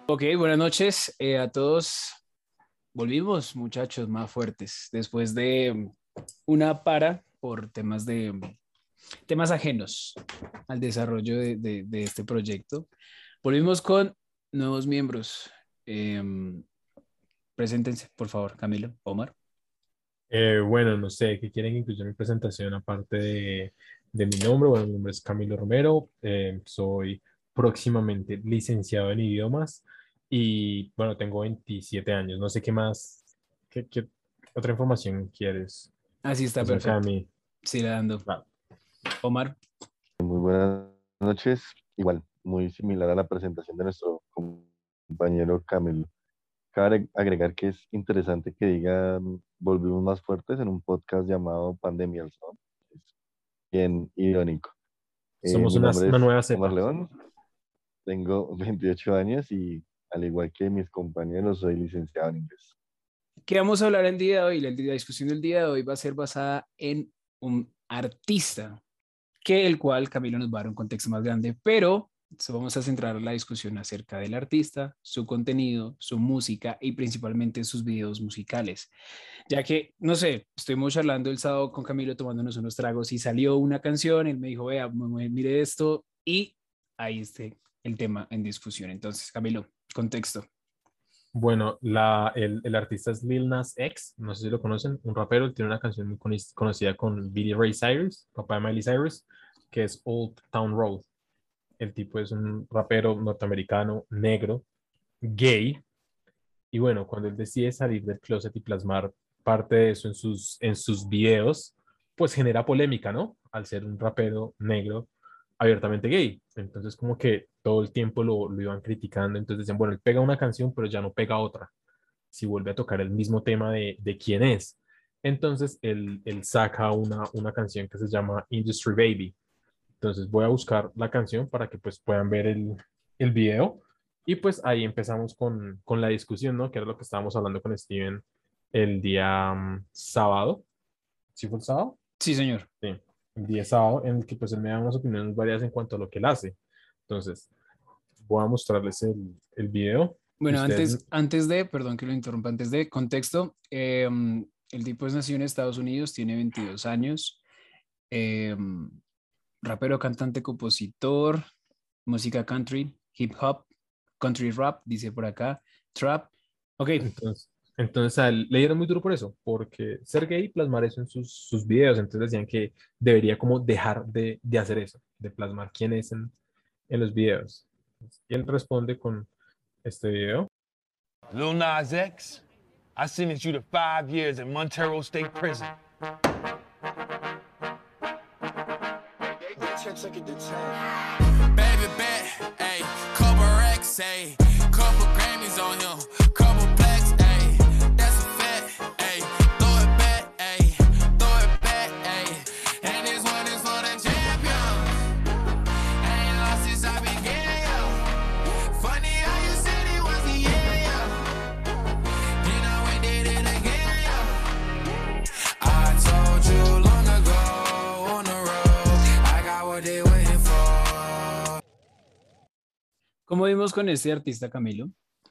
Ok, buenas noches a todos. Volvimos, muchachos, más fuertes después de una para por temas ajenos al desarrollo de este proyecto. Volvimos con nuevos miembros. Preséntense, por favor, Camilo, Omar. Bueno, no sé, ¿qué quieren que incluya en mi presentación aparte de mi nombre? Bueno, mi nombre es Camilo Romero, soy próximamente licenciado en idiomas y bueno, tengo 27 años. No sé qué más, qué otra información quieres Así está acerca de perfecto. mí. Sigue dando. Va. Omar. Muy buenas noches. Igual, muy similar a la presentación de nuestro compañero Camilo. Cabe agregar que es interesante que digan volvimos más fuertes en un podcast llamado Pandemials, ¿no? Es bien irónico. Somos Mi nombre una es nueva Omar cepa. León, tengo 28 años y al igual que mis compañeros soy licenciado en inglés. ¿Qué vamos a hablar el día de hoy? La discusión del día de hoy va a ser basada en un artista que el cual Camilo nos va a dar un contexto más grande, pero vamos a centrar la discusión acerca del artista, su contenido, su música y principalmente sus videos musicales, ya que, no sé, estuvimos charlando el sábado con Camilo tomándonos unos tragos y salió una canción, él me dijo, vea, mire esto y ahí está el tema en discusión. Entonces, Camilo, contexto. Bueno, el artista es Lil Nas X, no sé si lo conocen, un rapero, él tiene una canción muy conocida con Billy Ray Cyrus, papá de Miley Cyrus, que es Old Town Road. El tipo es un rapero norteamericano, negro, gay, y bueno, cuando él decide salir del closet y plasmar parte de eso en sus videos, pues genera polémica, ¿no? Al ser un rapero negro abiertamente gay. Entonces como que todo el tiempo lo iban criticando, entonces decían, bueno, él pega una canción, pero ya no pega otra, si vuelve a tocar el mismo tema de quién es. Entonces él saca una canción que se llama Industry Baby. Entonces voy a buscar la canción para que pues puedan ver el video y pues ahí empezamos con la discusión, ¿no? Que era lo que estábamos hablando con Steven el día sábado. ¿Sí fue el sábado? Sí, señor. Sí, el día sábado en el que pues él me da unas opiniones variadas en cuanto a lo que él hace. Entonces voy a mostrarles el video y Bueno, ustedes, perdón que lo interrumpa, antes de contexto, el tipo es nacido en Estados Unidos, tiene 22 años, eh, rapero, cantante, compositor, música country, hip hop, country rap, dice por acá, trap. Ok, entonces a él le dieron muy duro por eso, porque ser gay y plasmar eso en sus videos, entonces decían que debería como dejar de hacer eso, de plasmar quién es en los videos. Y él responde con este video. Lil Nas X, I sentenced you to 5 years in Montero State Prison. Baby bet, ayy, couple racks, ayy, couple Grammys on him, couple blacks, ayy, that's a fact, ayy, throw it back, ayy, throw it back, ayy, and this one is for the champion. Ain't lost since I began, yo. Funny how you said it was the end, yo. You know we did it again, yo. I told you long ago on the road, I got what they waiting for. ¿cómo vimos con este artista, Camilo?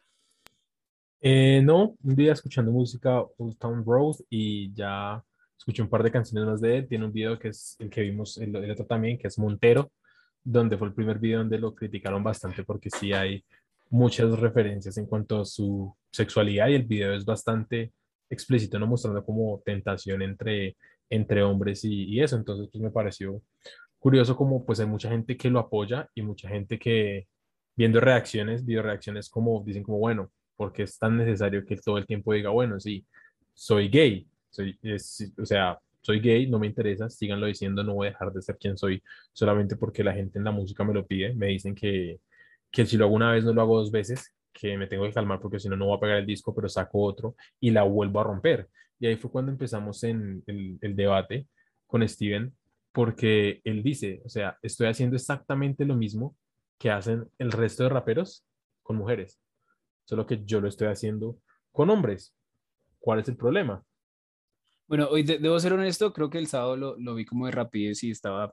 No, un día escuchando música Old Town Road y ya escuché un par de canciones más de él. Tiene un video que es el que vimos, el otro también, que es Montero, donde fue el primer video donde lo criticaron bastante porque sí hay muchas referencias en cuanto a su sexualidad y el video es bastante explícito, no mostrando como tentación entre hombres y eso. Entonces, pues me pareció curioso como pues hay mucha gente que lo apoya y mucha gente que viendo reacciones, video reacciones como dicen como, bueno, porque es tan necesario que todo el tiempo diga, bueno, sí, soy gay, o sea, soy gay, no me interesa, síganlo diciendo, no voy a dejar de ser quien soy, solamente porque la gente en la música me lo pide, me dicen que si lo hago una vez, no lo hago dos veces, que me tengo que calmar porque si no, no voy a pegar el disco, pero saco otro y la vuelvo a romper. Y ahí fue cuando empezamos en el debate con Steven, porque él dice, o sea, estoy haciendo exactamente lo mismo que hacen el resto de raperos con mujeres, solo que yo lo estoy haciendo con hombres. ¿Cuál es el problema? Bueno, hoy debo ser honesto, creo que el sábado lo vi como de rapidez y estaba,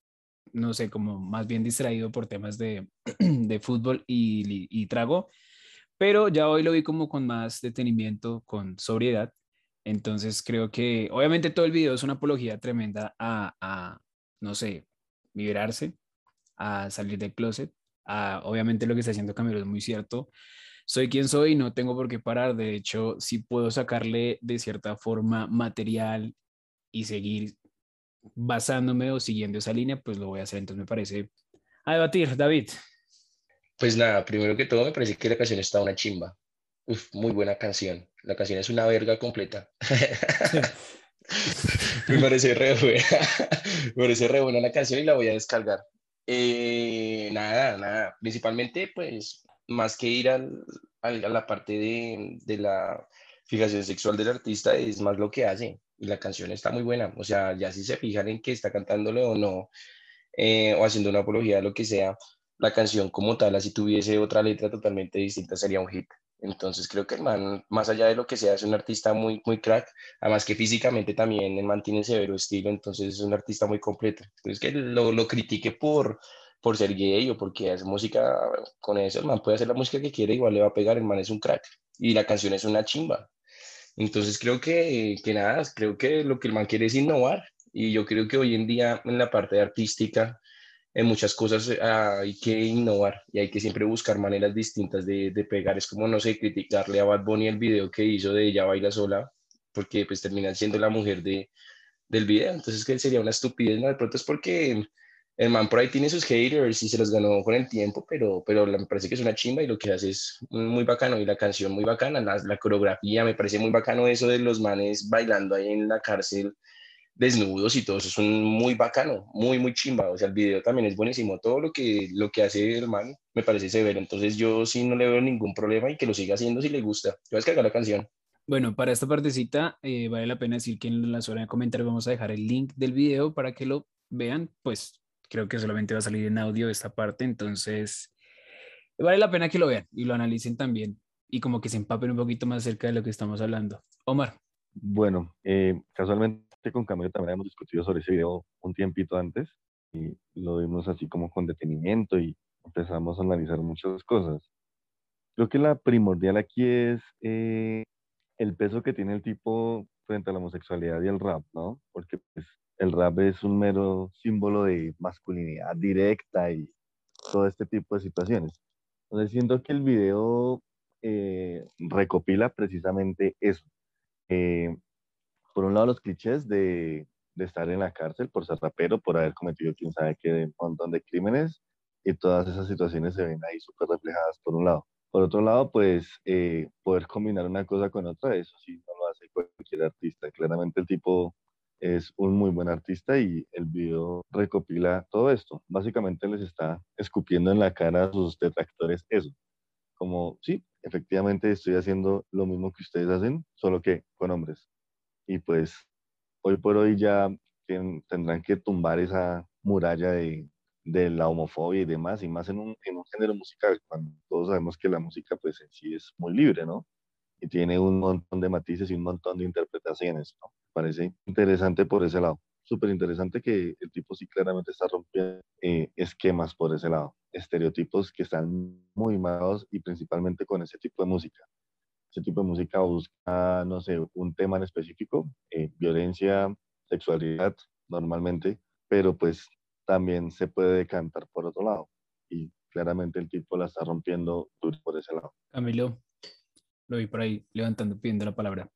no sé, como más bien distraído por temas de, de fútbol y trago. pero ya hoy lo vi como con más detenimiento, con sobriedad. Entonces creo que obviamente todo el video es una apología tremenda no sé, liberarse, a salir del closet. Obviamente lo que está haciendo Camilo es muy cierto. Soy quien soy, no tengo por qué parar. De hecho, si puedo sacarle de cierta forma material y seguir basándome o siguiendo esa línea, pues lo voy a hacer. Entonces me parece a debatir, David. Pues nada, primero que todo me parece que la canción está una chimba. Uf, muy buena canción. La canción es una verga completa. Me parece re buena. Me parece re buena la canción y la voy a descargar. Nada. Principalmente, pues, más que ir a la parte de la fijación sexual del artista, es más lo que hace. Y la canción está muy buena. O sea, ya si se fijan en que está cantándole o no, o haciendo una apología de lo que sea, la canción como tal, así tuviese otra letra totalmente distinta, sería un hit. Entonces creo que el man, más allá de lo que sea, es un artista muy, muy crack, además que físicamente también el man tiene severo estilo, entonces es un artista muy completo. Entonces que lo critique por ser gay o porque hace música con eso, el man puede hacer la música que quiere, igual le va a pegar, el man es un crack y la canción es una chimba. Entonces creo que nada, creo que lo que el man quiere es innovar y yo creo que hoy en día en la parte artística, en muchas cosas hay que innovar y hay que siempre buscar maneras distintas de pegar. Es como, no sé, criticarle a Bad Bunny el video que hizo de Ella Baila Sola, porque pues termina siendo la mujer del video. Entonces, que sería una estupidez, ¿no? De pronto es porque el man por ahí tiene sus haters y se los ganó con el tiempo, pero me parece que es una chimba y lo que hace es muy bacano y la canción muy bacana, la coreografía, me parece muy bacano eso de los manes bailando ahí en la cárcel desnudos y todo eso es un muy bacano, muy, muy chimba. O sea, el video también es buenísimo. Todo lo que hace el man me parece severo. Entonces yo sí no le veo ningún problema y que lo siga haciendo si le gusta. Yo voy a descargar la canción. Bueno, para esta partecita vale la pena decir que en la zona de comentarios vamos a dejar el link del video para que lo vean. Pues creo que solamente va a salir en audio esta parte, entonces vale la pena que lo vean y lo analicen también y como que se empapen un poquito más acerca de lo que estamos hablando. Omar. Bueno, casualmente con Camilo también hemos discutido sobre ese video un tiempito antes y lo vimos así como con detenimiento y empezamos a analizar muchas cosas. Creo que la primordial aquí es el peso que tiene el tipo frente a la homosexualidad y el rap, ¿no? Porque pues, el rap es un mero símbolo de masculinidad directa y todo este tipo de situaciones. Entonces siento que el video recopila precisamente eso. Eh, por un lado los clichés de estar en la cárcel por ser rapero, por haber cometido quién sabe qué de un montón de crímenes, y todas esas situaciones se ven ahí súper reflejadas por un lado. Por otro lado, pues poder combinar una cosa con otra, eso sí, no lo hace cualquier artista. Claramente el tipo es un muy buen artista y el video recopila todo esto. Básicamente les está escupiendo en la cara a sus detractores eso, como, sí, efectivamente estoy haciendo lo mismo que ustedes hacen, solo que con hombres. Y pues hoy por hoy ya tendrán que tumbar esa muralla de la homofobia y demás, y más en un género musical, cuando todos sabemos que la música pues en sí es muy libre, ¿no? Y tiene un montón de matices y un montón de interpretaciones, ¿no? Parece interesante por ese lado. Súper interesante que el tipo sí claramente está rompiendo esquemas por ese lado, estereotipos que están muy marcados y principalmente con ese tipo de música. Ese tipo de música busca, no sé, un tema en específico, violencia, sexualidad, normalmente, pero pues también se puede decantar por otro lado. Y claramente el tipo la está rompiendo duro por ese lado. Camilo, lo vi por ahí levantando, pidiendo la palabra.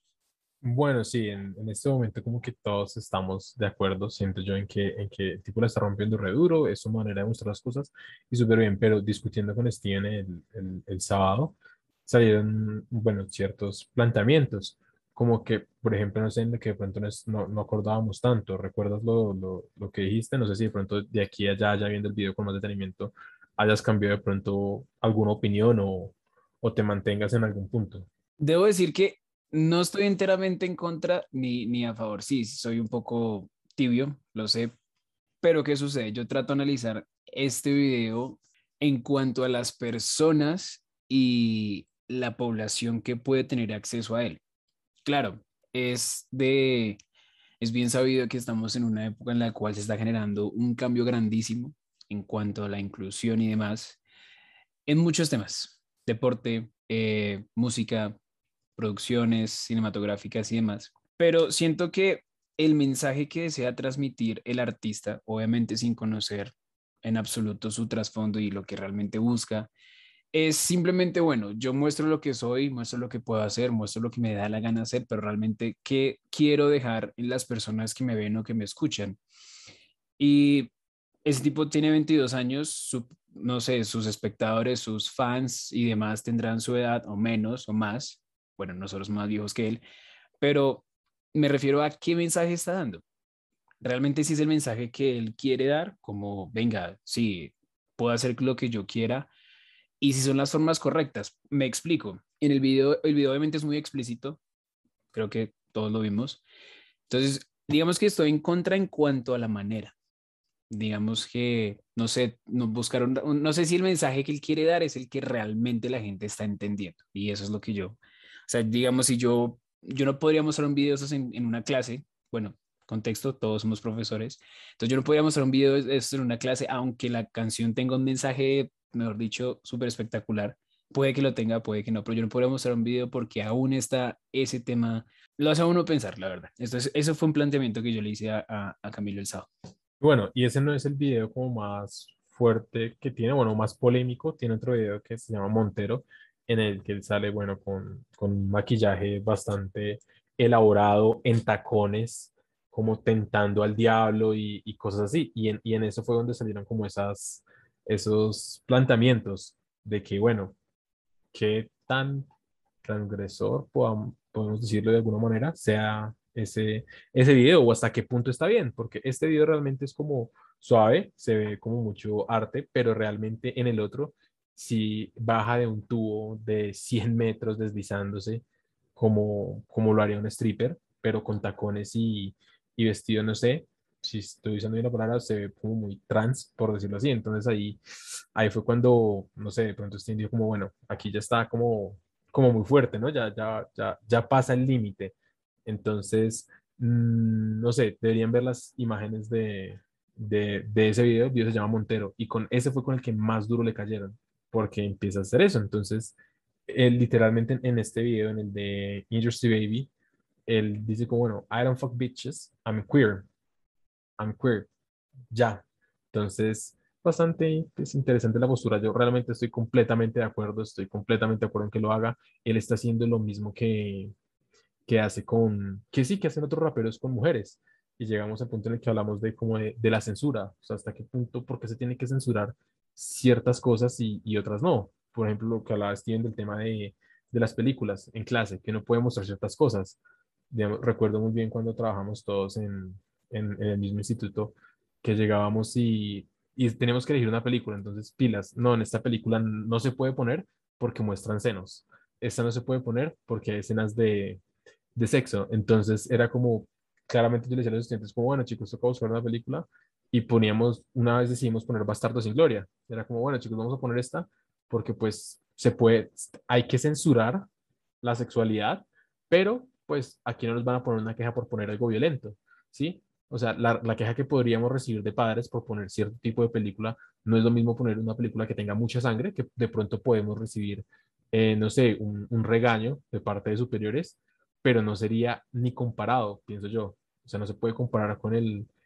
Bueno, sí, en este momento como que todos estamos de acuerdo, siento yo, en que el tipo la está rompiendo re duro, es su manera de mostrar las cosas y súper bien, pero discutiendo con Steven el sábado, salieron, bueno, ciertos planteamientos, como que, por ejemplo, no sé, en de que de pronto no acordábamos tanto, ¿recuerdas lo que dijiste? No sé si de pronto de aquí a allá, ya viendo el video con más detenimiento, hayas cambiado de pronto alguna opinión o te mantengas en algún punto. Debo decir que no estoy enteramente en contra ni a favor. Sí, soy un poco tibio, lo sé, pero ¿qué sucede? Yo trato de analizar este video en cuanto a las personas y la población que puede tener acceso a él. Claro, es bien sabido que estamos en una época en la cual se está generando un cambio grandísimo en cuanto a la inclusión y demás en muchos temas. deporte, música, producciones cinematográficas y demás. Pero siento que el mensaje que desea transmitir el artista, obviamente sin conocer en absoluto su trasfondo y lo que realmente busca, es simplemente, bueno, yo muestro lo que soy, muestro lo que puedo hacer, muestro lo que me da la gana hacer, pero realmente qué quiero dejar en las personas que me ven o que me escuchan. Y ese tipo tiene 22 años, no sé, sus espectadores, sus fans y demás tendrán su edad o menos o más. Bueno, nosotros más viejos que él, pero me refiero a qué mensaje está dando. Realmente si es el mensaje que él quiere dar, como, venga, sí, puedo hacer lo que yo quiera, y si son las formas correctas. Me explico. En el video obviamente es muy explícito, creo que todos lo vimos. Entonces, digamos que estoy en contra en cuanto a la manera. Digamos que, no sé, no buscaron, no sé si el mensaje que él quiere dar es el que realmente la gente está entendiendo. Y eso es lo que yo, o sea, digamos, si yo no podría mostrar un video de esos en una clase, bueno, contexto, todos somos profesores, entonces yo no podría mostrar un video de esos en una clase, aunque la canción tenga un mensaje, mejor dicho, súper espectacular. Puede que lo tenga, puede que no, pero yo no podría mostrar un video porque aún está ese tema, lo hace a uno pensar, la verdad. Entonces, eso fue un planteamiento que yo le hice a Camilo el sábado. Bueno, y ese no es el video como más fuerte que tiene, bueno, más polémico. Tiene otro video que se llama Montero, en el que él sale, bueno, con un maquillaje bastante elaborado, en tacones, como tentando al diablo y cosas así. Y en eso fue donde salieron como esos planteamientos de que, bueno, qué tan transgresor, podemos decirlo de alguna manera, sea ese video o hasta qué punto está bien, porque este video realmente es como suave, se ve como mucho arte, pero realmente en el otro, si baja de un tubo de 100 metros deslizándose, como lo haría un stripper, pero con tacones y vestido, no sé, si estoy usando bien la palabra, se ve como muy trans, por decirlo así. Entonces ahí fue cuando, no sé, de pronto este dijo como, bueno, aquí ya está como muy fuerte, ¿no? Ya pasa el límite. Entonces, no sé, deberían ver las imágenes de ese video. El video se llama Montero y con ese fue con el que más duro le cayeron, porque empieza a hacer eso. Entonces, él literalmente en este video, en el de Industry Baby, él dice como, bueno, I don't fuck bitches, I'm queer, ya. Entonces, bastante pues, interesante la postura. Yo realmente estoy completamente de acuerdo, estoy completamente de acuerdo en que lo haga. Él está haciendo lo mismo que hace que sí, que hacen otros raperos con mujeres. Y llegamos al punto en el que hablamos de como de la censura, o sea, hasta qué punto, por qué se tiene que censurar ciertas cosas y otras no. Por ejemplo, lo que hablaba Steven del tema de las películas en clase, que no puede mostrar ciertas cosas. Digamos, recuerdo muy bien cuando trabajamos todos en el mismo instituto, que llegábamos y teníamos que elegir una película, entonces pilas, no, en esta película no se puede poner porque muestran senos, esta no se puede poner porque hay escenas de sexo, entonces era como, claramente yo le decía a los estudiantes como, bueno chicos, toca buscar una película y poníamos, una vez decidimos poner Bastardo sin Gloria, era como, bueno chicos, vamos a poner esta porque pues se puede, hay que censurar la sexualidad, pero pues aquí no nos van a poner una queja por poner algo violento, ¿sí? O sea, la queja que podríamos recibir de padres por poner cierto tipo de película no es lo mismo poner una película que tenga mucha sangre, que de pronto podemos recibir, no sé, un regaño de parte de superiores, pero no sería ni comparado, pienso yo. O sea, no se puede comparar con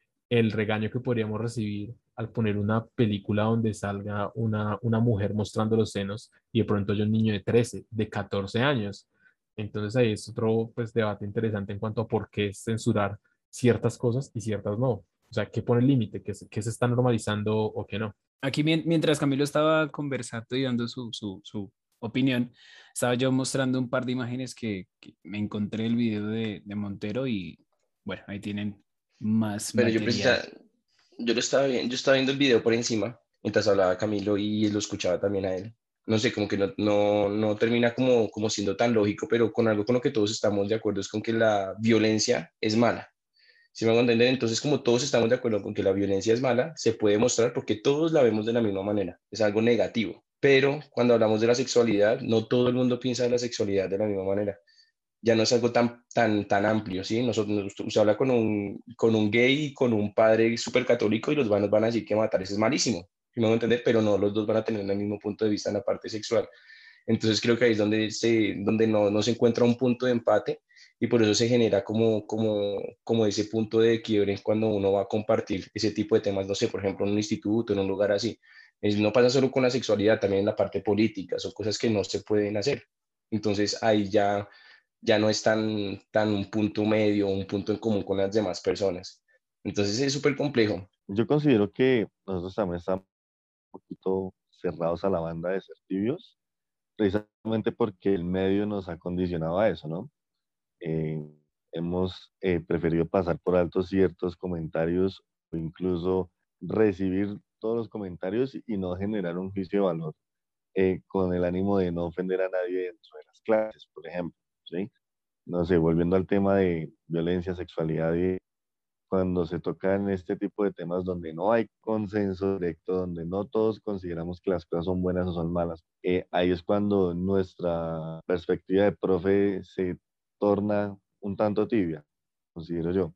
el regaño que podríamos recibir al poner una película donde salga una mujer mostrando los senos y de pronto hay un niño de 13, de 14 años. Entonces ahí es otro pues, debate interesante en cuanto a por qué censurar ciertas cosas y ciertas no. O sea, ¿qué pone el límite? ¿Qué se está normalizando o qué no? Aquí mientras Camilo estaba conversando y dando su opinión, estaba yo mostrando un par de imágenes que me encontré el video de Montero y bueno, ahí tienen más Pero material. yo lo estaba viendo, yo estaba viendo el video por encima mientras hablaba Camilo y lo escuchaba también a él. No sé, como que no termina como siendo tan lógico, pero con algo con lo que todos estamos de acuerdo es con que la violencia es mala. Si me hago entender, entonces como todos estamos de acuerdo con que la violencia es mala, se puede mostrar porque todos la vemos de la misma manera, es algo negativo. Pero cuando hablamos de la sexualidad, no todo el mundo piensa de la sexualidad de la misma manera. Ya no es algo tan amplio, ¿sí? Usted habla con un gay y con un padre súper católico y los vanos van a decir que matar eso es malísimo, ¿sí me hago entender? Pero no los dos van a tener el mismo punto de vista en la parte sexual. Entonces creo que ahí es donde no se encuentra un punto de empate y por eso se genera como ese punto de quiebre cuando uno va a compartir ese tipo de temas, no sé, por ejemplo, en un instituto, en un lugar así. No pasa solo con la sexualidad, también en la parte política, son cosas que no se pueden hacer. Entonces ahí ya no es tan un punto medio, un punto en común con las demás personas. Entonces es súper complejo. Yo considero que nosotros también estamos un poquito cerrados a la banda de ser tibios, precisamente porque el medio nos ha condicionado a eso, ¿no? Eh, hemos preferido pasar por alto ciertos comentarios o incluso recibir todos los comentarios y no generar un juicio de valor con el ánimo de no ofender a nadie dentro de las clases, por ejemplo, ¿sí? No sé, volviendo al tema de violencia, sexualidad y cuando se tocan este tipo de temas donde no hay consenso directo, donde no todos consideramos que las cosas son buenas o son malas, ahí es cuando nuestra perspectiva de profe se torna un tanto tibia, considero yo.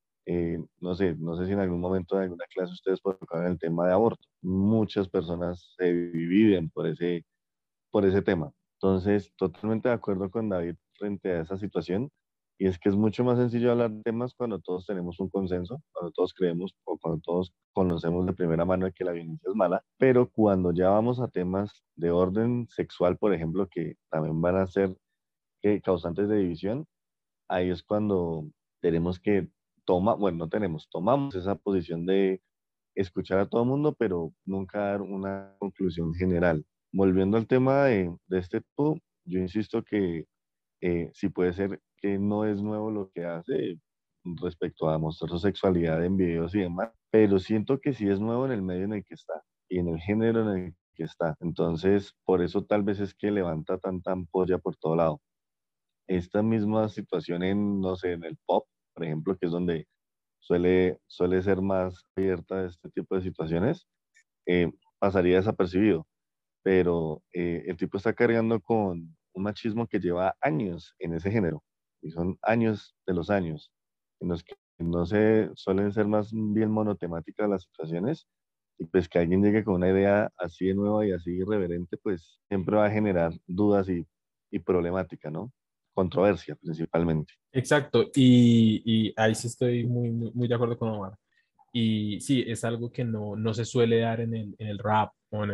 No sé si en algún momento de alguna clase ustedes tocaron el tema de aborto. Muchas personas se dividen por ese tema. Entonces, totalmente de acuerdo con David frente a esa situación. Y es que es mucho más sencillo hablar de temas cuando todos tenemos un consenso, cuando todos creemos o cuando todos conocemos de primera mano de que la violencia es mala, pero cuando ya vamos a temas de orden sexual, por ejemplo, que también van a ser causantes de división, ahí es cuando tenemos que bueno, no tenemos, tomamos esa posición de escuchar a todo el mundo, pero nunca dar una conclusión general. Volviendo al tema de este tipo, yo insisto que sí puede ser que no es nuevo lo que hace respecto a mostrar su sexualidad en videos y demás, pero siento que sí es nuevo en el medio en el que está y en el género en el que está. Entonces, por eso tal vez es que levanta tanta ampolla por todo lado. Esta misma situación en, no sé, en el pop, por ejemplo, que es donde suele ser más abierta a este tipo de situaciones, pasaría desapercibido, pero el tipo está cargando con un machismo que lleva años en ese género, y son años de los años, en los que no se suelen ser más bien monotemáticas las situaciones, y pues que alguien llegue con una idea así de nueva y así irreverente, pues siempre va a generar dudas y problemática, ¿no? Controversia principalmente. Exacto, y ahí sí estoy muy de acuerdo con Omar. Y sí, es algo que no se suele dar en el rap o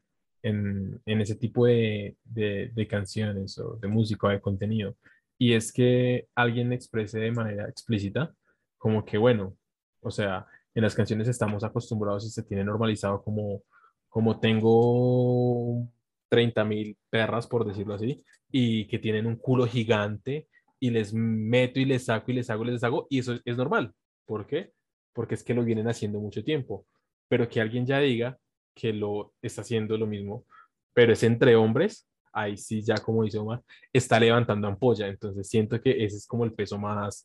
en ese tipo de canciones o de música o de contenido. Y es que alguien exprese de manera explícita, como que, bueno, o sea, en las canciones estamos acostumbrados y se tiene normalizado como tengo 30.000 perras, por decirlo así, y que tienen un culo gigante y les meto y les saco y les hago y les deshago, y eso es normal. ¿Por qué? Porque es que lo vienen haciendo mucho tiempo. Pero que alguien ya diga que lo está haciendo lo mismo, pero es entre hombres, ahí sí ya como dice Omar, está levantando ampolla. Entonces siento que ese es como el peso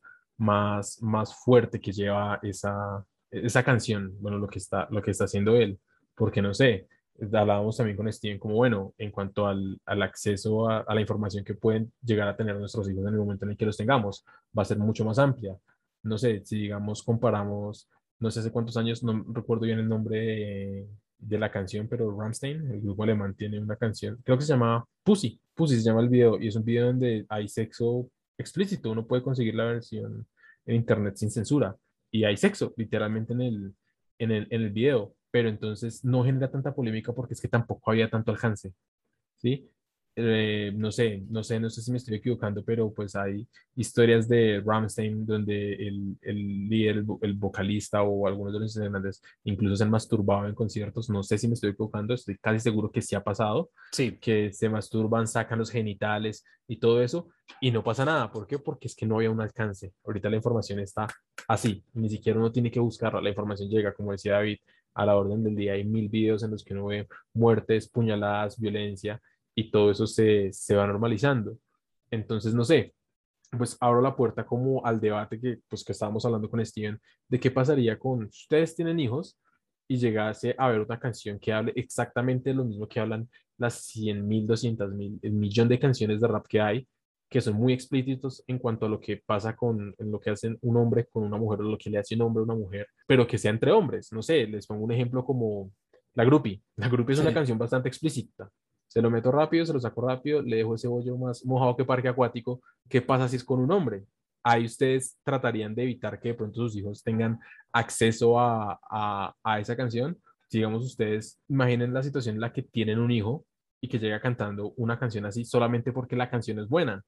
más fuerte que lleva esa canción, bueno, lo que está haciendo él, porque no sé, hablábamos también con Steven como, bueno, en cuanto al acceso a la información que pueden llegar a tener nuestros hijos en el momento en el que los tengamos, va a ser mucho más amplia. No sé, si digamos comparamos, no sé hace cuántos años, no recuerdo bien el nombre de la canción, pero Rammstein, el grupo alemán, tiene una canción, creo que se llama Pussy, Pussy se llama el video, y es un video donde hay sexo explícito, uno puede conseguir la versión en internet sin censura, y hay sexo, literalmente en el video, pero entonces no genera tanta polémica porque es que tampoco había tanto alcance, ¿sí? No sé si me estoy equivocando, pero pues hay historias de Rammstein donde el líder, el vocalista o algunos de los integrantes incluso se han masturbado en conciertos. No sé si me estoy equivocando, estoy casi seguro que sí ha pasado, Sí, que se masturban, sacan los genitales y todo eso, y no pasa nada. ¿Por qué? Porque es que no había un alcance. Ahorita la información está así, ni siquiera uno tiene que buscarla, la información llega, como decía David, a la orden del día. Hay 1.000 videos en los que uno ve muertes, puñaladas, violencia y todo eso se va normalizando. Entonces, no sé, pues abro la puerta como al debate que estábamos hablando con Steven, de qué pasaría con ustedes tienen hijos y llegase a ver otra canción que hable exactamente lo mismo que hablan las 100.000, 200.000, el millón de canciones de rap que hay, que son muy explícitos en cuanto a lo que pasa en lo que hacen un hombre con una mujer o lo que le hace un hombre a una mujer, pero que sea entre hombres. No sé, les pongo un ejemplo como La Groupie. La Groupie es una sí. canción bastante explícita, Se lo meto rápido, se lo saco rápido, le dejo ese bollo más mojado que parque acuático. ¿Qué pasa si es con un hombre? Ahí ustedes tratarían de evitar que de pronto sus hijos tengan acceso a esa canción. Digamos, ustedes imaginen la situación en la que tienen un hijo y que llega cantando una canción así solamente porque la canción es buena.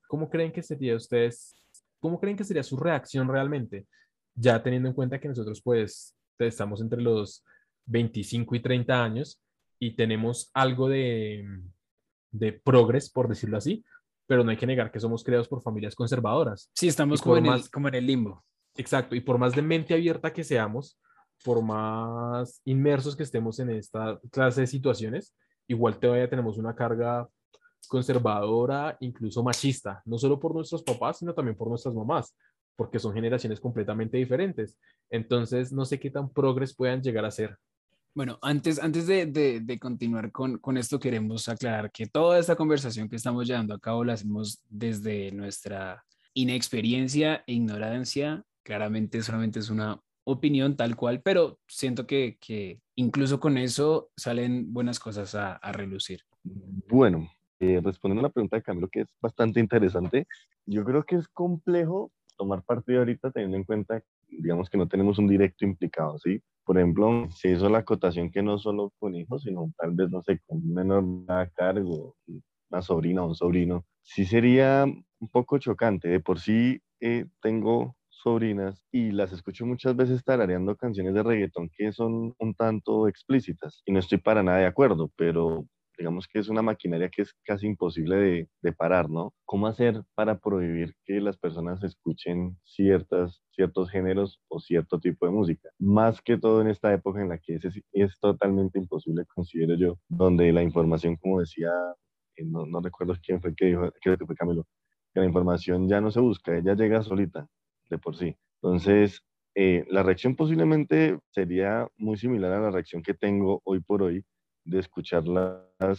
¿Cómo creen que sería su reacción realmente? Ya teniendo en cuenta que nosotros pues estamos entre los 25 y 30 años y tenemos algo de progres, por decirlo así, pero no hay que negar que somos creados por familias conservadoras. Sí, Y estamos por más, como en el limbo. exacto, y por más de mente abierta que seamos, por más inmersos que estemos en esta clase de situaciones, igual todavía tenemos una carga conservadora, incluso machista, no solo por nuestros papás, sino también por nuestras mamás, porque son generaciones completamente diferentes. Entonces, no sé qué tan progres puedan llegar a ser. Bueno, antes de continuar con esto, queremos aclarar que toda esta conversación que estamos llevando a cabo la hacemos desde nuestra inexperiencia e ignorancia. Claramente solamente es una opinión tal cual, pero siento que incluso con eso salen buenas cosas a relucir. Bueno, respondiendo a la pregunta de Camilo, que es bastante interesante, yo creo que es complejo tomar partido ahorita teniendo en cuenta, digamos, que no tenemos un directo implicado, ¿sí? Por ejemplo, se hizo la acotación que no solo con hijos, sino tal vez, no sé, con un menor a cargo, una sobrina o un sobrino, sí sería un poco chocante. De por sí tengo sobrinas y las escucho muchas veces tarareando canciones de reggaetón que son un tanto explícitas y no estoy para nada de acuerdo, pero digamos que es una maquinaria que es casi imposible de parar, ¿no? ¿Cómo hacer para prohibir que las personas escuchen ciertos géneros o cierto tipo de música? Más que todo en esta época en la que es totalmente imposible, considero yo, donde la información, como decía, no recuerdo quién fue que dijo, creo que fue Camilo, que la información ya no se busca, ella llega solita, de por sí. Entonces, la reacción posiblemente sería muy similar a la reacción que tengo hoy por hoy de escucharlas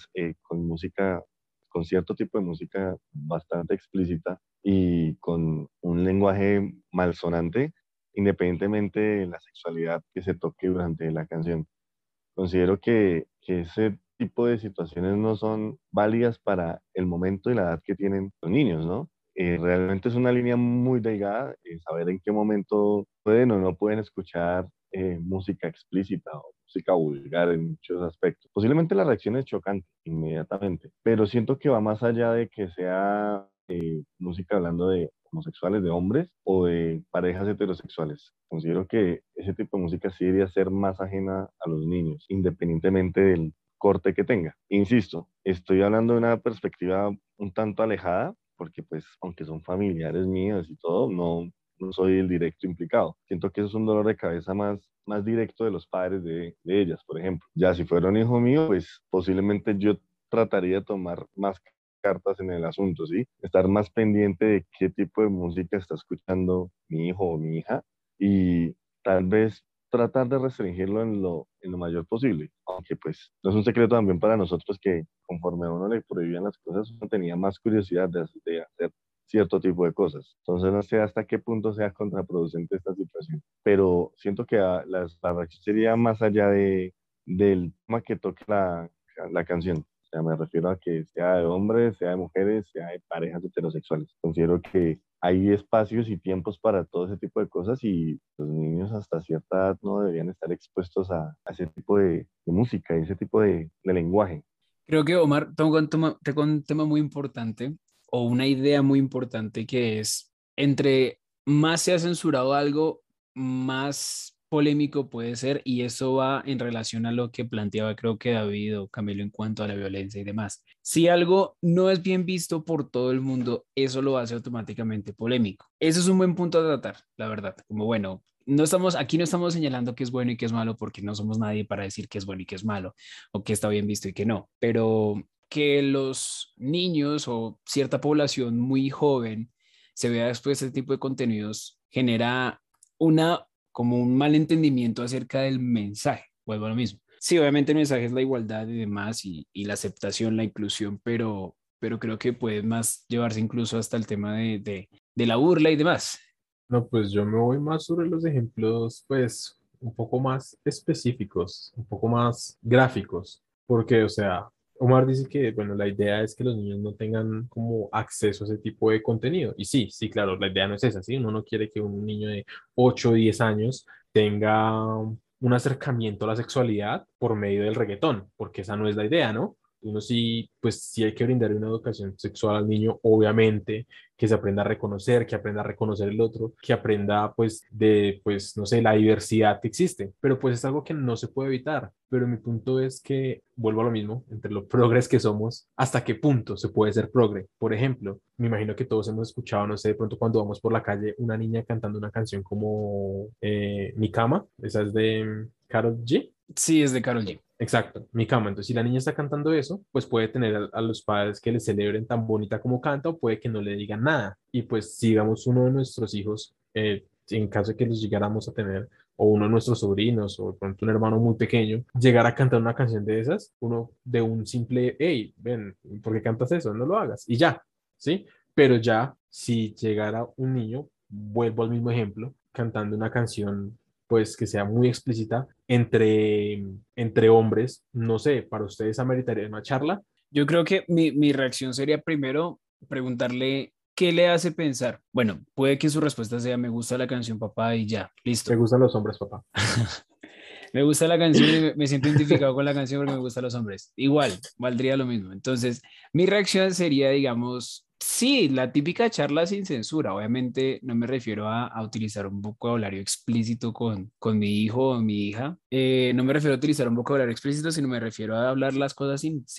con música, con cierto tipo de música bastante explícita y con un lenguaje malsonante, independientemente de la sexualidad que se toque durante la canción. Considero que ese tipo de situaciones no son válidas para el momento y la edad que tienen los niños, ¿no? Realmente es una línea muy delgada, saber en qué momento pueden o no pueden escuchar música explícita o música vulgar en muchos aspectos. Posiblemente la reacción es chocante inmediatamente, pero siento que va más allá de que sea música hablando de homosexuales, de hombres o de parejas heterosexuales. Considero que ese tipo de música sí debería ser más ajena a los niños, independientemente del corte que tenga. Insisto, estoy hablando de una perspectiva un tanto alejada, porque pues aunque son familiares míos y todo, no soy el directo implicado. Siento que eso es un dolor de cabeza más directo de los padres de ellas, por ejemplo. Ya si fuera un hijo mío, pues posiblemente yo trataría de tomar más cartas en el asunto, ¿sí? Estar más pendiente de qué tipo de música está escuchando mi hijo o mi hija y tal vez tratar de restringirlo en lo mayor posible. Aunque pues no es un secreto también para nosotros que conforme a uno le prohibían las cosas, uno tenía más curiosidad de hacer cierto tipo de cosas. Entonces no sé hasta qué punto sea contraproducente esta situación, pero siento que la reacción sería más allá del tema que toque la canción. O sea, me refiero a que sea de hombres, sea de mujeres, sea de parejas heterosexuales. Considero que hay espacios y tiempos para todo ese tipo de cosas y los niños hasta cierta edad no deberían estar expuestos a ese tipo de música, ese tipo de lenguaje. Creo que Omar toca un tema muy importante o una idea muy importante que es entre más se ha censurado algo, más polémico puede ser y eso va en relación a lo que planteaba creo que David o Camilo en cuanto a la violencia y demás. Si algo no es bien visto por todo el mundo, eso lo hace automáticamente polémico. Eso es un buen punto a tratar, la verdad. Como bueno, aquí no estamos señalando qué es bueno y qué es malo porque no somos nadie para decir qué es bueno y qué es malo o qué está bien visto y qué no, pero que los niños o cierta población muy joven se vea después de este tipo de contenidos genera como un malentendimiento acerca del mensaje. Vuelvo a lo mismo. Sí, obviamente el mensaje es la igualdad y demás y la aceptación, la inclusión, pero creo que puede más llevarse incluso hasta el tema de la burla y demás. No, pues yo me voy más sobre los ejemplos, pues, un poco más específicos, un poco más gráficos, porque, o sea, Omar dice que, bueno, la idea es que los niños no tengan como acceso a ese tipo de contenido. Y sí, sí, claro, la idea no es esa, ¿sí? Uno no quiere que un niño de 8 o 10 años tenga un acercamiento a la sexualidad por medio del reggaetón, porque esa no es la idea, ¿no? Uno sí, pues sí hay que brindarle una educación sexual al niño, obviamente, que se aprenda a reconocer, que aprenda a reconocer el otro, que aprenda, pues, de, pues, no sé, la diversidad que existe, pero pues es algo que no se puede evitar. Pero mi punto es que, vuelvo a lo mismo, entre los progres que somos, ¿hasta qué punto se puede ser progre? Por ejemplo, me imagino que todos hemos escuchado, no sé, de pronto cuando vamos por la calle, una niña cantando una canción como Mi Cama, esa es de Karol G. Sí, es de Karol G. Exacto, Mi Cama. Entonces, si la niña está cantando eso, pues puede tener a los padres que le celebren tan bonita como canta o puede que no le digan nada. Y pues si digamos uno de nuestros hijos, en caso de que los llegáramos a tener, o uno de nuestros sobrinos, o de pronto un hermano muy pequeño, llegar a cantar una canción de esas, uno de un simple, hey, ven, ¿por qué cantas eso? No lo hagas. Y ya, ¿sí? Pero ya, si llegara un niño, vuelvo al mismo ejemplo, cantando una canción pues que sea muy explícita entre hombres, no sé, para ustedes ameritaría una charla. Yo creo que mi reacción sería primero preguntarle qué le hace pensar. Bueno, puede que su respuesta sea me gusta la canción papá y ya, ¿Te listo. gustan los hombres, papá? Me gusta la canción y me siento identificado con la canción porque me gustan los hombres. Igual, valdría lo mismo. Entonces, mi reacción sería, digamos, sí, la típica charla sin censura. Obviamente no me refiero a utilizar un vocabulario explícito con mi hijo o mi hija. No me refiero a utilizar un vocabulario explícito, sino me refiero a hablar las cosas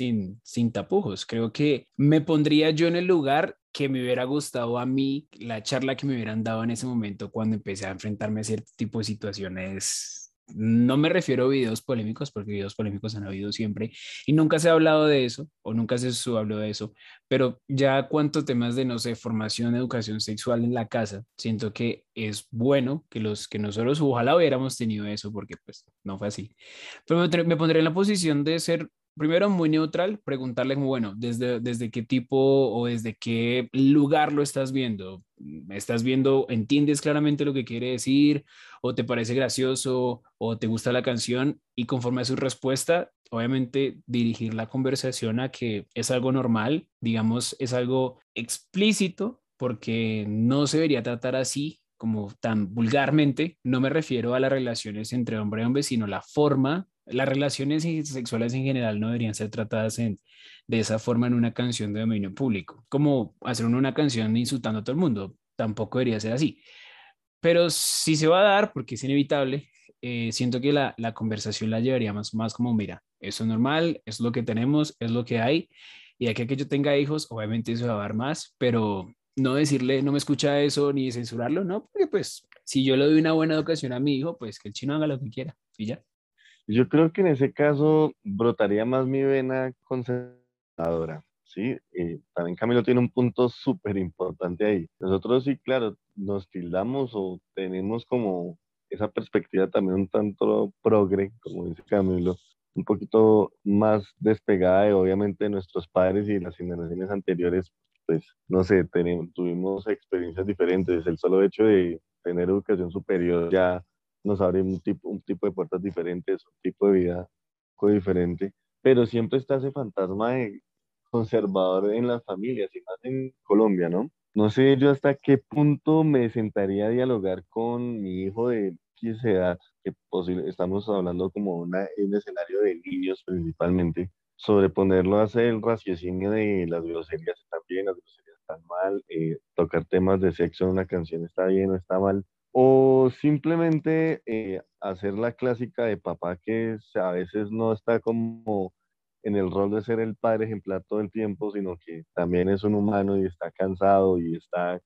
sin tapujos. Creo que me pondría yo en el lugar que me hubiera gustado a mí, la charla que me hubieran dado en ese momento cuando empecé a enfrentarme a cierto tipo de situaciones. No me refiero a videos polémicos, porque videos polémicos han habido siempre y nunca se ha hablado de eso, o nunca se habló de eso, pero ya cuanto temas de, no sé, formación, educación sexual en la casa, siento que es bueno que nosotros ojalá hubiéramos tenido eso, porque pues no fue así. Pero me pondré en la posición de ser primero muy neutral, preguntarle como, bueno, desde qué tipo o desde qué lugar lo estás viendo. ¿Estás viendo, entiendes claramente lo que quiere decir o te parece gracioso o te gusta la canción? Y conforme a su respuesta, obviamente dirigir la conversación a que es algo normal, digamos, es algo explícito porque no se debería tratar así como tan vulgarmente. No me refiero a las relaciones entre hombre y hombre, sino la forma. Las relaciones sexuales en general no deberían ser tratadas de esa forma en una canción de dominio público, como hacer una canción insultando a todo el mundo. Tampoco debería ser así. Pero si se va a dar, porque es inevitable, siento que la conversación la llevaría más como, mira, eso es normal, es lo que tenemos, es lo que hay, y aquí que yo tenga hijos, obviamente eso va a dar más, pero no decirle, no me escucha eso, ni censurarlo, no, porque pues si yo le doy una buena educación a mi hijo, pues que el chino haga lo que quiera, y ya. Yo creo que en ese caso brotaría más mi vena conservadora, ¿sí? También Camilo tiene un punto súper importante ahí. Nosotros sí, claro, nos tildamos o tenemos como esa perspectiva también un tanto progre, como dice Camilo, un poquito más despegada de obviamente de nuestros padres y las generaciones anteriores, pues no sé, tuvimos experiencias diferentes. El solo hecho de tener educación superior ya nos abre un tipo de puertas diferentes, un tipo de vida un poco diferente, pero siempre está ese fantasma de conservador en las familias y más en Colombia, ¿no? No sé yo hasta qué punto me sentaría a dialogar con mi hijo de X edad, que estamos hablando como un escenario de niños principalmente, sobreponerlo a hacer el raciocinio de las groserías están bien, las groserías están mal, tocar temas de sexo en una canción está bien o está mal, o simplemente hacer la clásica de papá que a veces no está como en el rol de ser el padre ejemplar todo el tiempo, sino que también es un humano y está cansado y está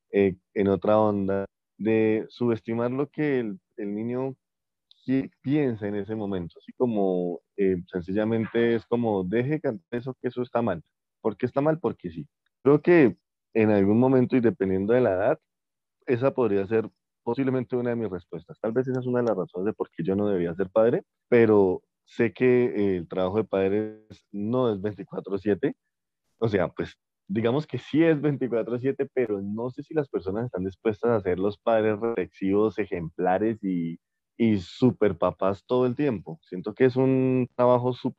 en otra onda, de subestimar lo que el niño piensa en ese momento, así como sencillamente es como deje cantar eso, que eso está mal. ¿Por qué está mal? Porque sí. Creo que en algún momento y dependiendo de la edad, esa podría ser posiblemente una de mis respuestas. Tal vez esa es una de las razones de por qué yo no debería ser padre, pero sé que el trabajo de padres no es 24/7. O sea, pues digamos que sí es 24/7, pero no sé si las personas están dispuestas a ser los padres reflexivos, ejemplares y super papás todo el tiempo. Siento que es un trabajo súper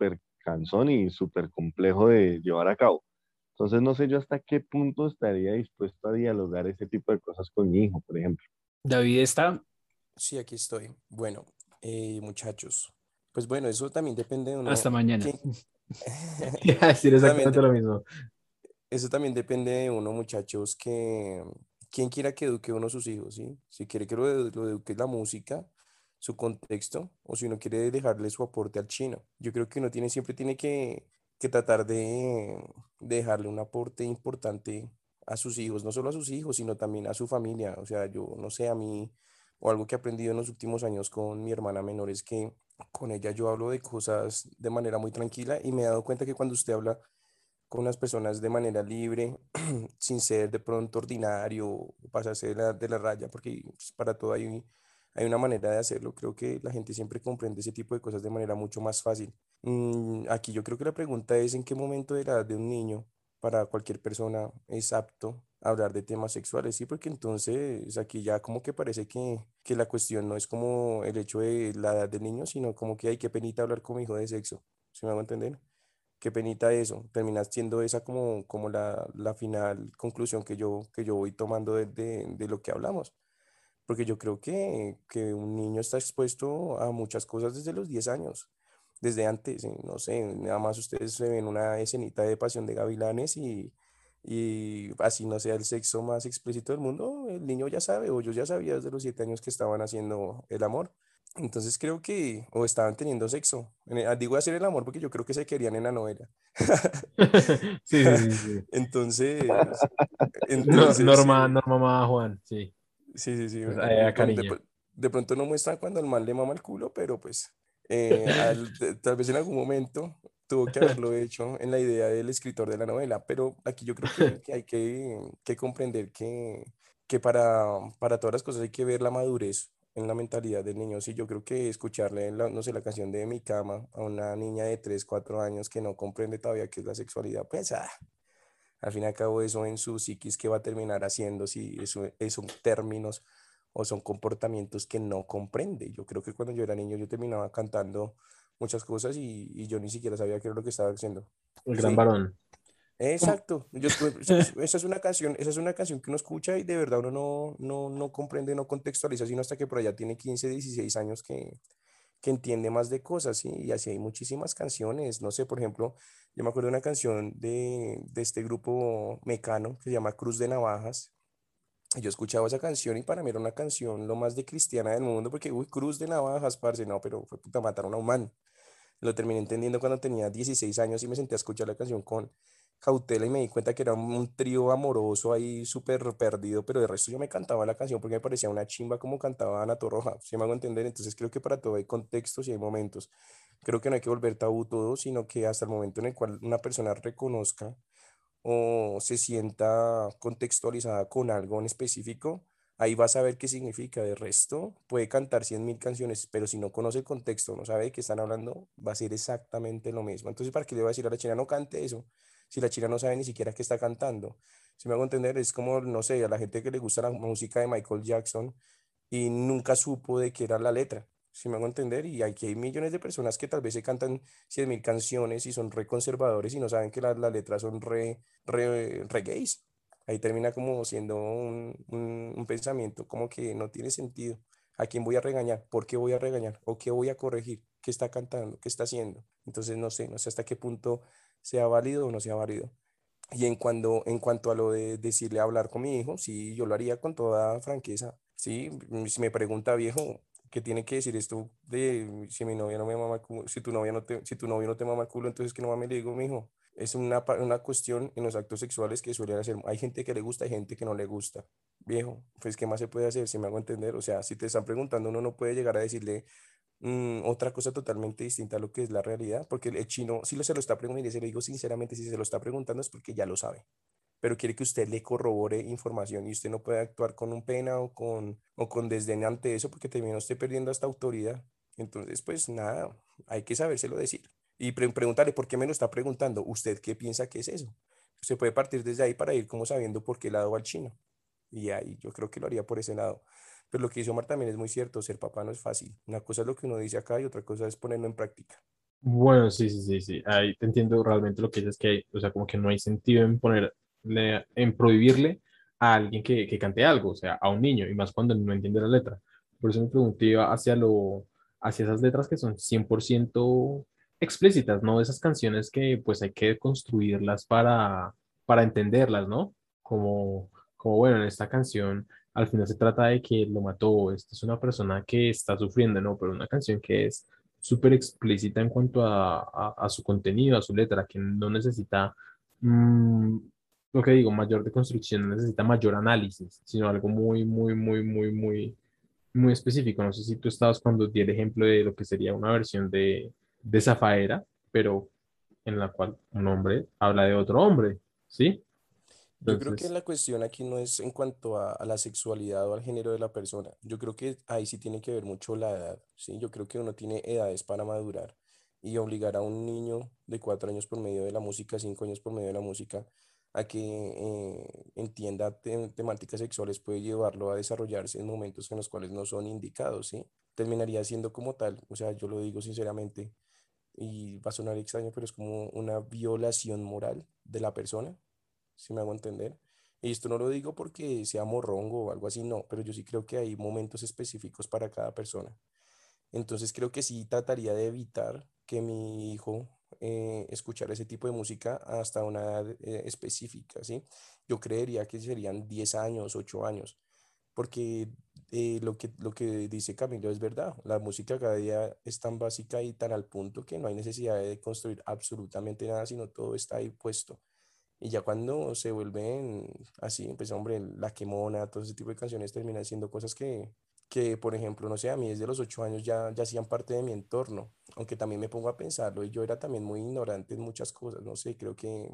cansón y súper complejo de llevar a cabo. Entonces no sé yo hasta qué punto estaría dispuesto a dialogar ese tipo de cosas con mi hijo, por ejemplo. David está Sí, aquí estoy. Bueno, muchachos, pues bueno, eso también depende de hasta uno. mañana. ¿Quién? Iba a decir Eso también, exactamente lo mismo. eso también depende de uno, muchachos, que quién quiera que eduque uno a sus hijos, ¿sí? Si quiere que lo eduque la música, su contexto, o si uno quiere dejarle su aporte al chino. Yo creo que uno siempre tiene que tratar de dejarle un aporte importante a sus hijos, no solo a sus hijos, sino también a su familia. O sea, yo no sé, a mí, o algo que he aprendido en los últimos años con mi hermana menor es que con ella yo hablo de cosas de manera muy tranquila y me he dado cuenta que cuando usted habla con las personas de manera libre, sin ser de pronto ordinario o pasarse de la raya, porque pues, para todo hay una manera de hacerlo. Creo que la gente siempre comprende ese tipo de cosas de manera mucho más fácil. Aquí yo creo que la pregunta es en qué momento de la edad de un niño, para cualquier persona, es apto hablar de temas sexuales, sí, porque entonces aquí ya como que parece que la cuestión no es como el hecho de la edad del niño, sino como que hay que penita hablar con mi hijo de sexo, ¿sí me hago entender? Qué penita eso, termina siendo esa como la final conclusión que yo voy tomando de lo que hablamos, porque yo creo que un niño está expuesto a muchas cosas desde los 10 años, desde antes, no sé, nada más ustedes se ven una escenita de Pasión de Gavilanes y así no sea el sexo más explícito del mundo, el niño ya sabe, o yo ya sabía desde los 7 años que estaban haciendo el amor. Entonces creo que, o estaban teniendo sexo. Digo hacer el amor porque yo creo que se querían en la novela. Sí, sí, sí, sí. Entonces, No, entonces Norma, sí, Norma amaba a Juan, sí. sí, sí, sí. Pues, a cariño. De pronto no muestran cuando el man le mama el culo, pero pues tal vez en algún momento tuvo que haberlo hecho en la idea del escritor de la novela. Pero aquí yo creo que hay que comprender que para todas las cosas hay que ver la madurez en la mentalidad del niño. Sí, yo creo que escucharle, no sé, la canción de Mi Cama a una niña de 3 4 años que no comprende todavía qué es la sexualidad, pues al fin y al cabo eso en su psiquis que va a terminar haciendo si eso son términos o son comportamientos que no comprende. Yo creo que cuando yo era niño yo terminaba cantando muchas cosas y yo ni siquiera sabía qué era lo que estaba haciendo. El gran ¿Sí? varón. ¿Cómo? Exacto. Esa es una canción que uno escucha y de verdad uno no comprende, no contextualiza, sino hasta que por allá tiene 15 16 años que entiende más de cosas, ¿sí? Y así hay muchísimas canciones. No sé, por ejemplo, yo me acuerdo de una canción de este grupo Mecano que se llama Cruz de Navajas. Y yo escuchaba esa canción y para mí era una canción lo más de cristiana del mundo porque, uy, Cruz de Navajas, parce, no, pero fue puta, mataron a un man. Lo terminé entendiendo cuando tenía 16 años y me senté a escuchar la canción con cautela y me di cuenta que era un trío amoroso ahí súper perdido, pero de resto yo me cantaba la canción porque me parecía una chimba como cantaba Ana Torroja, si me hago entender. Entonces creo que para todo hay contextos y hay momentos. Creo que no hay que volver tabú todo, sino que hasta el momento en el cual una persona reconozca o se sienta contextualizada con algo en específico, ahí vas a ver qué significa. De resto, puede cantar 100.000 canciones, pero si no conoce el contexto, no sabe de qué están hablando, va a ser exactamente lo mismo. Entonces, ¿para qué le va a decir a la china no cante eso? Si la china no sabe ni siquiera qué está cantando. Si me hago entender, es como, no sé, a la gente que le gusta la música de Michael Jackson y nunca supo de qué era la letra. Si me hago entender, y aquí hay millones de personas que tal vez se cantan 100.000 canciones y son re conservadores y no saben que las letras son re gays. Ahí termina como siendo un pensamiento como que no tiene sentido. ¿A quién voy a regañar? ¿Por qué voy a regañar? ¿O qué voy a corregir? ¿Qué está cantando? ¿Qué está haciendo? Entonces no sé hasta qué punto sea válido o no sea válido. Y en cuanto a lo de decirle hablar con mi hijo, sí, yo lo haría con toda franqueza. Sí, si me pregunta, viejo, ¿qué tiene que decir esto de si mi novia no me mama el culo, si tu novio no te mama el culo, entonces que no mames? Le digo, mijo, es una cuestión en los actos sexuales que suelen hacer. Hay gente que le gusta, hay gente que no le gusta. Viejo, pues, ¿qué más se puede hacer? Si me hago entender, o sea, si te están preguntando, uno no puede llegar a decirle otra cosa totalmente distinta a lo que es la realidad, porque el chino, si se lo está preguntando, y se lo digo sinceramente, si se lo está preguntando es porque ya lo sabe, pero quiere que usted le corrobore información y usted no puede actuar con un pena o con desdén ante eso porque termina usted perdiendo hasta autoridad. Entonces, pues nada, hay que sabérselo decir y preguntarle por qué me lo está preguntando, ¿usted qué piensa que es eso? Usted puede partir desde ahí para ir como sabiendo por qué lado va el chino. Y ahí yo creo que lo haría por ese lado. Pero lo que hizo Omar también es muy cierto, ser papá no es fácil. Una cosa es lo que uno dice acá y otra cosa es ponerlo en práctica. Bueno, sí, sí, sí, sí. Ahí te entiendo realmente lo que dices que hay, o sea, como que no hay sentido en en prohibirle a alguien que cante algo, o sea, a un niño, y más cuando no entiende la letra. Por eso mi pregunta iba hacia esas letras que son 100% explícitas, ¿no? Esas canciones que pues hay que construirlas para entenderlas, ¿no? Como, bueno, en esta canción al final se trata de que lo mató, esta es una persona que está sufriendo, ¿no? Pero una canción que es súper explícita en cuanto a su contenido, a su letra, que no necesita, mm, lo que digo, mayor deconstrucción, no necesita mayor análisis, sino algo muy, muy, muy, muy, muy, muy específico. No sé si tú estabas cuando di el ejemplo de lo que sería una versión de Zafaera, pero en la cual un hombre habla de otro hombre, ¿sí? Yo creo que Entonces, la cuestión aquí no es en cuanto a la sexualidad o al género de la persona. Yo creo que ahí sí tiene que ver mucho la edad, ¿sí? Yo creo que uno tiene edades para madurar y obligar a un niño de 4 años por medio de la música, 5 años por medio de la música, a que entienda temáticas sexuales puede llevarlo a desarrollarse en momentos en los cuales no son indicados, ¿sí? Terminaría siendo como tal, o sea, yo lo digo sinceramente y va a sonar extraño, pero es como una violación moral de la persona, si me hago entender. Y esto no lo digo porque sea morrongo o algo así, no, pero yo sí creo que hay momentos específicos para cada persona. Entonces creo que sí trataría de evitar que mi hijo escuchara ese tipo de música hasta una edad específica, ¿sí? Yo creería que serían 10 años, 8 años, porque lo que dice Camilo es verdad. La música cada día es tan básica y tan al punto que no hay necesidad de construir absolutamente nada, sino todo está ahí puesto. Y ya cuando se vuelven así, pues hombre, La Quemona, todo ese tipo de canciones terminan siendo cosas que, por ejemplo, no sé, a mí desde los 8 años ya hacían parte de mi entorno, aunque también me pongo a pensarlo y yo era también muy ignorante en muchas cosas, no sé, creo que,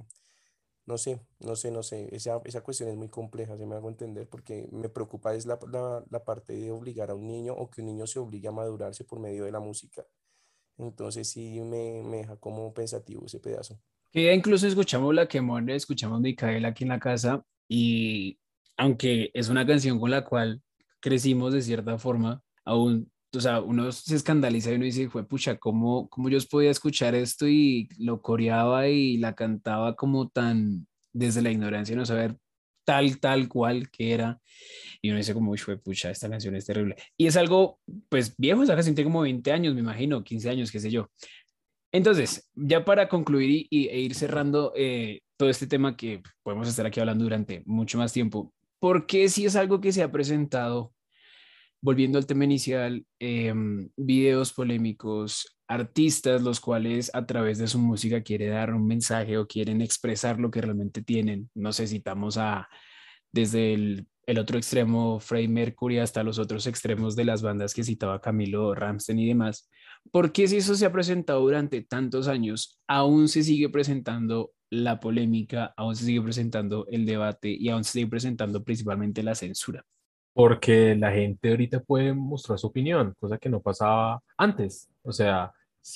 no sé, esa cuestión es muy compleja, se me hago entender, porque me preocupa es la parte de obligar a un niño o que un niño se obligue a madurarse por medio de la música. Entonces sí me deja como pensativo ese pedazo. Que ya incluso escuchamos La Quemona, escuchamos Micaela aquí en la casa y aunque es una canción con la cual crecimos de cierta forma, aún, o sea, uno se escandaliza y uno dice, fue pucha, ¿cómo yo podía escuchar esto y lo coreaba y la cantaba como tan desde la ignorancia, no saber tal cual que era? Y uno dice como, uy, fue pucha, esta canción es terrible. Y es algo, pues viejo, esa canción tiene como 20 años, me imagino, 15 años, qué sé yo. Entonces, ya para concluir e ir cerrando todo este tema que podemos estar aquí hablando durante mucho más tiempo, ¿por qué si es algo que se ha presentado, volviendo al tema inicial, videos polémicos, artistas los cuales a través de su música quieren dar un mensaje o quieren expresar lo que realmente tienen? No sé, citamos a desde el otro extremo, Freddie Mercury, hasta los otros extremos de las bandas que citaba Camilo, Rammstein y demás. ¿Por qué si eso se ha presentado durante tantos años, aún se sigue presentando la polémica, aún se sigue presentando el debate y aún se sigue presentando principalmente la censura? porque la gente ahorita puede mostrar su opinión, cosa que no pasaba antes. O sea,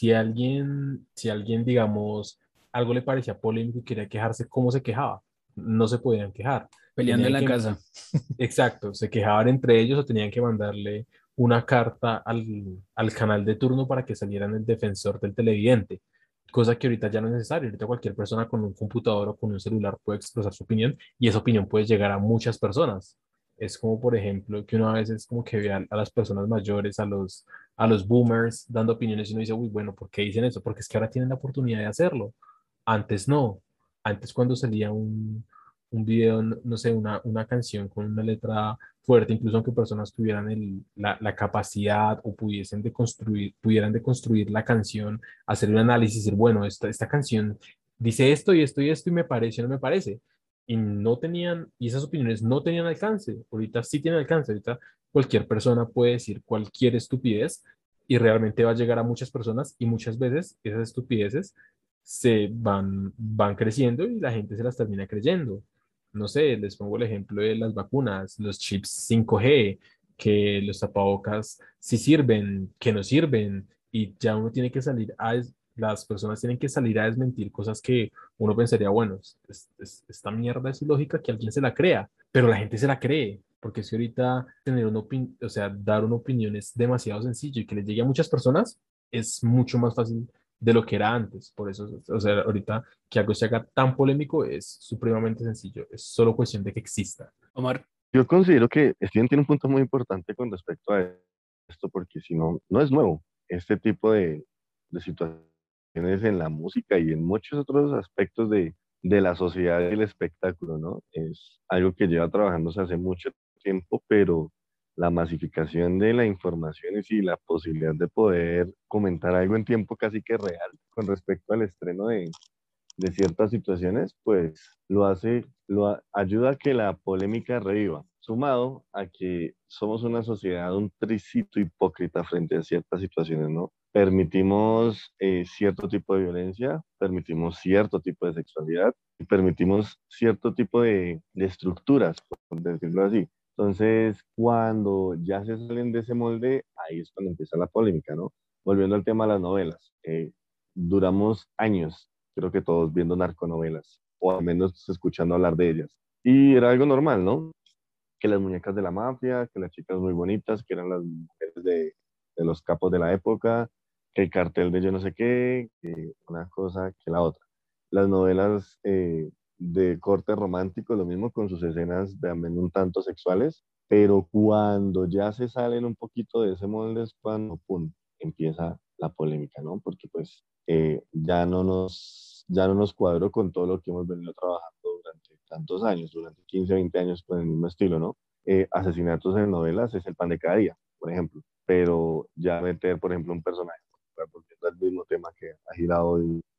si alguien, digamos, algo le parecía polémico y quería quejarse, ¿cómo se quejaba? No se podían quejar. Peleando en Tenían la que, casa. exacto, se quejaban entre ellos o tenían que mandarle una carta al canal de turno para que salieran el defensor del televidente. Cosa que ahorita ya no es necesario. Ahorita cualquier persona con un computador o con un celular puede expresar su opinión y esa opinión puede llegar a muchas personas. Es como, por ejemplo, que uno a veces como que ve a las personas mayores, a los boomers dando opiniones y uno dice, uy, bueno, ¿por qué dicen eso? Porque es que ahora tienen la oportunidad de hacerlo. Antes no. Antes cuando salía un video, no sé, una canción con una letra fuerte, incluso aunque personas tuvieran la capacidad o pudieran deconstruir la canción, hacer un análisis y decir, bueno, esta canción dice esto y esto y esto y me parece o no me parece. Y esas opiniones no tenían alcance. Ahorita sí tienen alcance. Ahorita cualquier persona puede decir cualquier estupidez y realmente va a llegar a muchas personas y muchas veces esas estupideces van creciendo y la gente se las termina creyendo. No sé, les pongo el ejemplo de las vacunas, los chips 5G, que los tapabocas sí sirven, que no sirven, y ya uno tiene que las personas tienen que salir a desmentir cosas que uno pensaría, bueno, esta mierda es ilógica que alguien se la crea, pero la gente se la cree, porque si ahorita tener o sea, dar una opinión es demasiado sencillo y que le llegue a muchas personas es mucho más fácil de lo que era antes. Por eso, o sea, ahorita que algo se haga tan polémico es supremamente sencillo, es solo cuestión de que exista. Omar, Yo considero que Steven tiene un punto muy importante con respecto a esto, porque si no, no es nuevo. Este tipo de situaciones en la música y en muchos otros aspectos de la sociedad y el espectáculo, ¿no? Es algo que lleva trabajándose hace mucho tiempo, pero la masificación de la información y la posibilidad de poder comentar algo en tiempo casi que real con respecto al estreno de ciertas situaciones, pues ayuda a que la polémica reviva, sumado a que somos una sociedad un tricito hipócrita frente a ciertas situaciones, ¿no? Permitimos cierto tipo de violencia, permitimos cierto tipo de sexualidad y permitimos cierto tipo de estructuras, por decirlo así. Entonces, cuando ya se salen de ese molde, ahí es cuando empieza la polémica, ¿no? Volviendo al tema de las novelas, duramos años, creo que todos viendo narconovelas, o al menos escuchando hablar de ellas. Y era algo normal, ¿no? Que las muñecas de la mafia, que las chicas muy bonitas, que eran las mujeres de los capos de la época, que el cartel de yo no sé qué, que una cosa que la otra. Las novelas de corte romántico, lo mismo con sus escenas de un tanto sexuales, pero cuando ya se salen un poquito de ese molde es cuando, pum, empieza la polémica, ¿no? Porque pues ya no nos cuadró con todo lo que hemos venido trabajando durante tantos años, durante 15 20 años con el mismo estilo, ¿no? Asesinatos en novelas es el pan de cada día, por ejemplo, pero ya meter, por ejemplo, un personaje, porque es el mismo tema que ha girado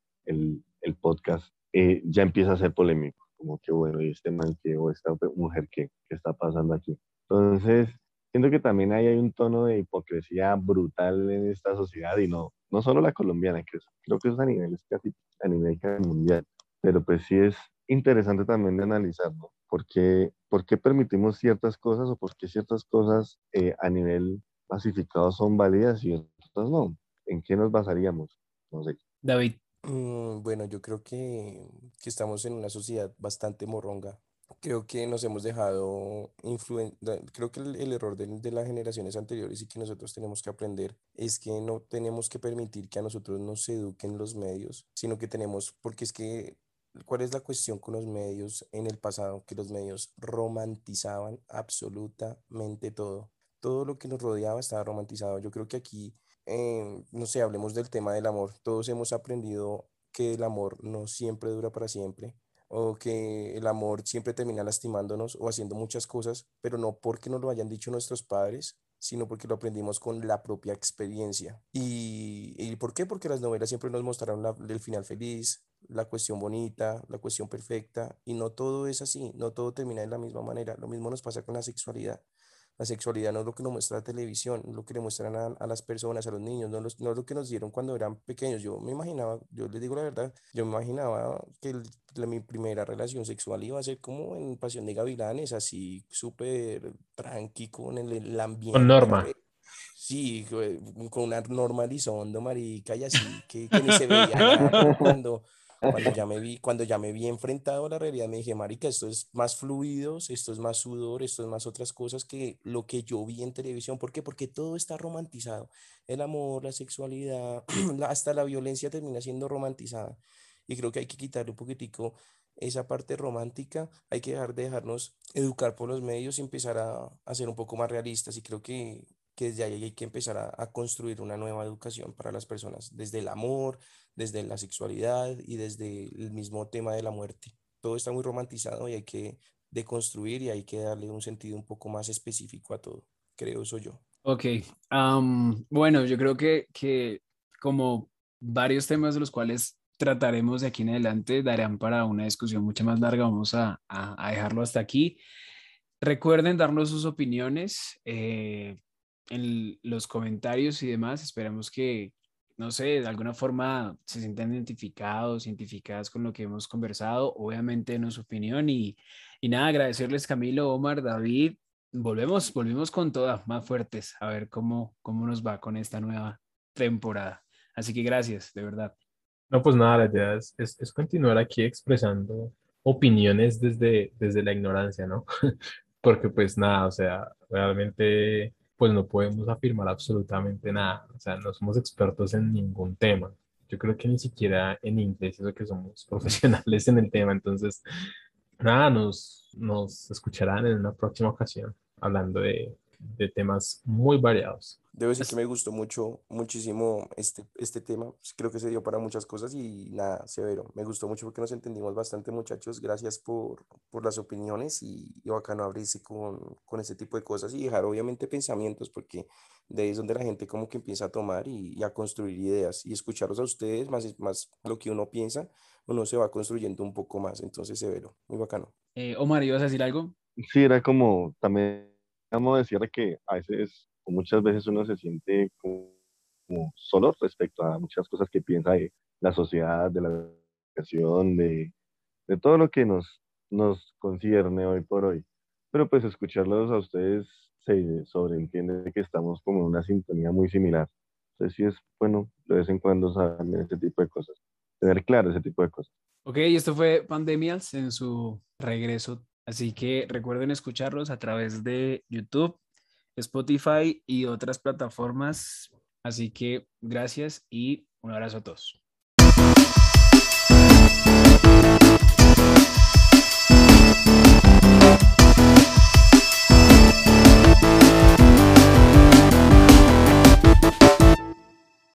el podcast, ya empieza a ser polémico, como que bueno, y este man que, o esta mujer que está pasando aquí. Entonces, siento que también ahí hay un tono de hipocresía brutal en esta sociedad y no solo la colombiana, creo que eso es a nivel, es casi a nivel mundial, pero pues sí es interesante también de analizar, ¿no? Por qué permitimos ciertas cosas o por qué ciertas cosas a nivel pacificado son válidas y otras no? ¿En qué nos basaríamos? No sé. David, Bueno, yo creo que estamos en una sociedad bastante morronga. Creo que nos hemos dejado creo que el error de las generaciones anteriores y que nosotros tenemos que aprender es que no tenemos que permitir que a nosotros nos eduquen los medios, sino que tenemos, porque es que, ¿cuál es la cuestión con los medios en el pasado? Que los medios romantizaban absolutamente todo. Todo lo que nos rodeaba estaba romantizado. Yo creo que aquí no sé, hablemos del tema del amor. Todos hemos aprendido que el amor no siempre dura para siempre, o que el amor siempre termina lastimándonos o haciendo muchas cosas, pero no porque nos lo hayan dicho nuestros padres, sino porque lo aprendimos con la propia experiencia. ¿Y por qué? Porque las novelas siempre nos mostraron el final feliz, la cuestión bonita, la cuestión perfecta, y no todo es así, no todo termina de la misma manera. Lo mismo nos pasa con la sexualidad. La sexualidad no es lo que nos muestra la televisión, es lo que le muestran a las personas, a los niños, no es lo que nos dieron cuando eran pequeños. Yo me imaginaba, yo les digo la verdad, yo me imaginaba que mi primera relación sexual iba a ser como en Pasión de Gavilanes, así súper tranqui, con el Con ambiente Norma. perfecto. Sí, con una Norma Elizondo, marica, y así, que ni se veía nada, pero cuando ya me vi enfrentado a la realidad, me dije, marica, esto es más fluidos, esto es más sudor, esto es más otras cosas que lo que yo vi en televisión. ¿Por qué? Porque todo está romantizado. El amor, la sexualidad, hasta la violencia termina siendo romantizada. Y creo que hay que quitarle un poquitico esa parte romántica, hay que dejar de dejarnos educar por los medios y empezar a ser un poco más realistas. Y creo que desde ahí hay que empezar a construir una nueva educación para las personas, desde el amor, desde la sexualidad y desde el mismo tema de la muerte. Todo está muy romantizado y hay que deconstruir y hay que darle un sentido un poco más específico a todo, creo eso yo. ok. Bueno, yo creo que como varios temas de los cuales trataremos de aquí en adelante darán para una discusión mucho más larga, vamos a dejarlo hasta aquí. Recuerden darnos sus opiniones en los comentarios y demás. Esperamos que, no sé, de alguna forma se sientan identificados, identificadas con lo que hemos conversado. Obviamente, denos su opinión y nada, agradecerles Camilo, Omar, David. Volvemos con todas, más fuertes, a ver cómo nos va con esta nueva temporada. Así que gracias, de verdad. No, pues nada, la idea es continuar aquí expresando opiniones desde la ignorancia, ¿no? Porque pues nada, o sea, realmente pues no podemos afirmar absolutamente nada, o sea, no somos expertos en ningún tema. Yo creo que ni siquiera en inglés, eso que somos profesionales en el tema. Entonces, nada, nos escucharán en una próxima ocasión hablando de temas muy variados. Debo decir que Es- me gustó muchísimo este tema. Pues, creo que se dio para muchas cosas y nada, severo. Me gustó mucho porque nos entendimos bastante, muchachos. Gracias por las opiniones y bacano abrirse con este tipo de cosas y dejar obviamente pensamientos, porque de ahí es donde la gente como que empieza a tomar y a construir ideas y escucharlos a ustedes, más lo que uno piensa, uno se va construyendo un poco más. Entonces, severo, muy bacano. Omar, ¿ibas a decir algo? Sí, era como, también, vamos a decir que a veces, o muchas veces uno se siente como solo respecto a muchas cosas que piensa de la sociedad, de la educación, de todo lo que nos concierne hoy por hoy. Pero pues escucharlos a ustedes se sobreentiende que estamos como en una sintonía muy similar. Entonces sí es bueno de vez en cuando saber ese tipo de cosas, tener claro ese tipo de cosas. Ok, esto fue Pandemias en su regreso, así que recuerden escucharlos a través de YouTube, Spotify y otras plataformas. Así que gracias y un abrazo a todos.